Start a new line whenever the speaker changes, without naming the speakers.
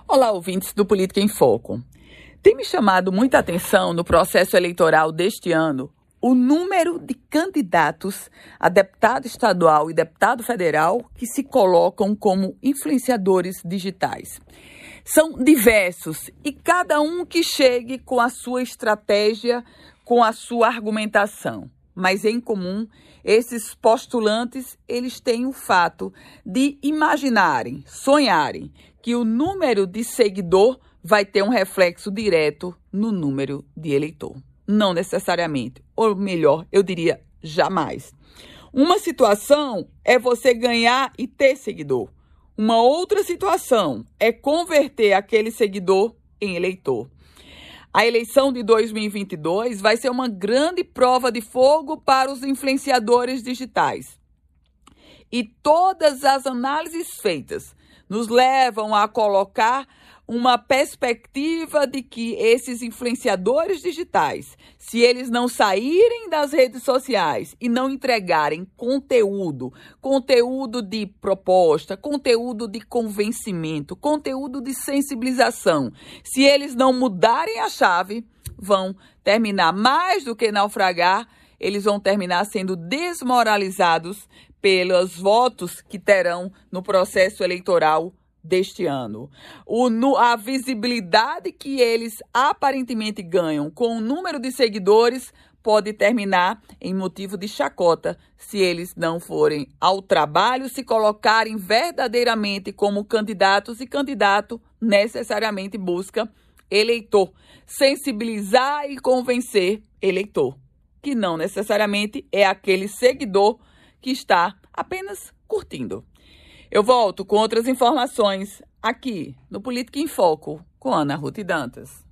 Olá, ouvintes do Política em Foco. Tem me chamado muita atenção no processo eleitoral deste ano o número de candidatos a deputado estadual e deputado federal que se colocam como influenciadores digitais. São diversos e cada um que chegue com a sua estratégia, com a sua argumentação. Mas em comum, esses postulantes, eles têm o fato de imaginarem, sonharem que o número de seguidor vai ter um reflexo direto no número de eleitor. Não necessariamente, ou melhor, eu diria jamais. Uma situação é você ganhar e ter seguidor. Uma outra situação é converter aquele seguidor em eleitor. A eleição de 2022 vai ser uma grande prova de fogo para os influenciadores digitais. E todas as análises feitas nos levam a colocar uma perspectiva de que esses influenciadores digitais, se eles não saírem das redes sociais e não entregarem conteúdo de proposta, conteúdo de convencimento, conteúdo de sensibilização, se eles não mudarem a chave, vão terminar mais do que naufragar, eles vão terminar sendo desmoralizados pelos votos que terão no processo eleitoral deste ano. A visibilidade que eles aparentemente ganham com o número de seguidores pode terminar em motivo de chacota se eles não forem ao trabalho, se colocarem verdadeiramente como candidatos, e candidato necessariamente busca eleitor, sensibilizar e convencer eleitor, que não necessariamente é aquele seguidor que está apenas curtindo. Eu volto com outras informações aqui no Política em Foco com Ana Ruth Dantas.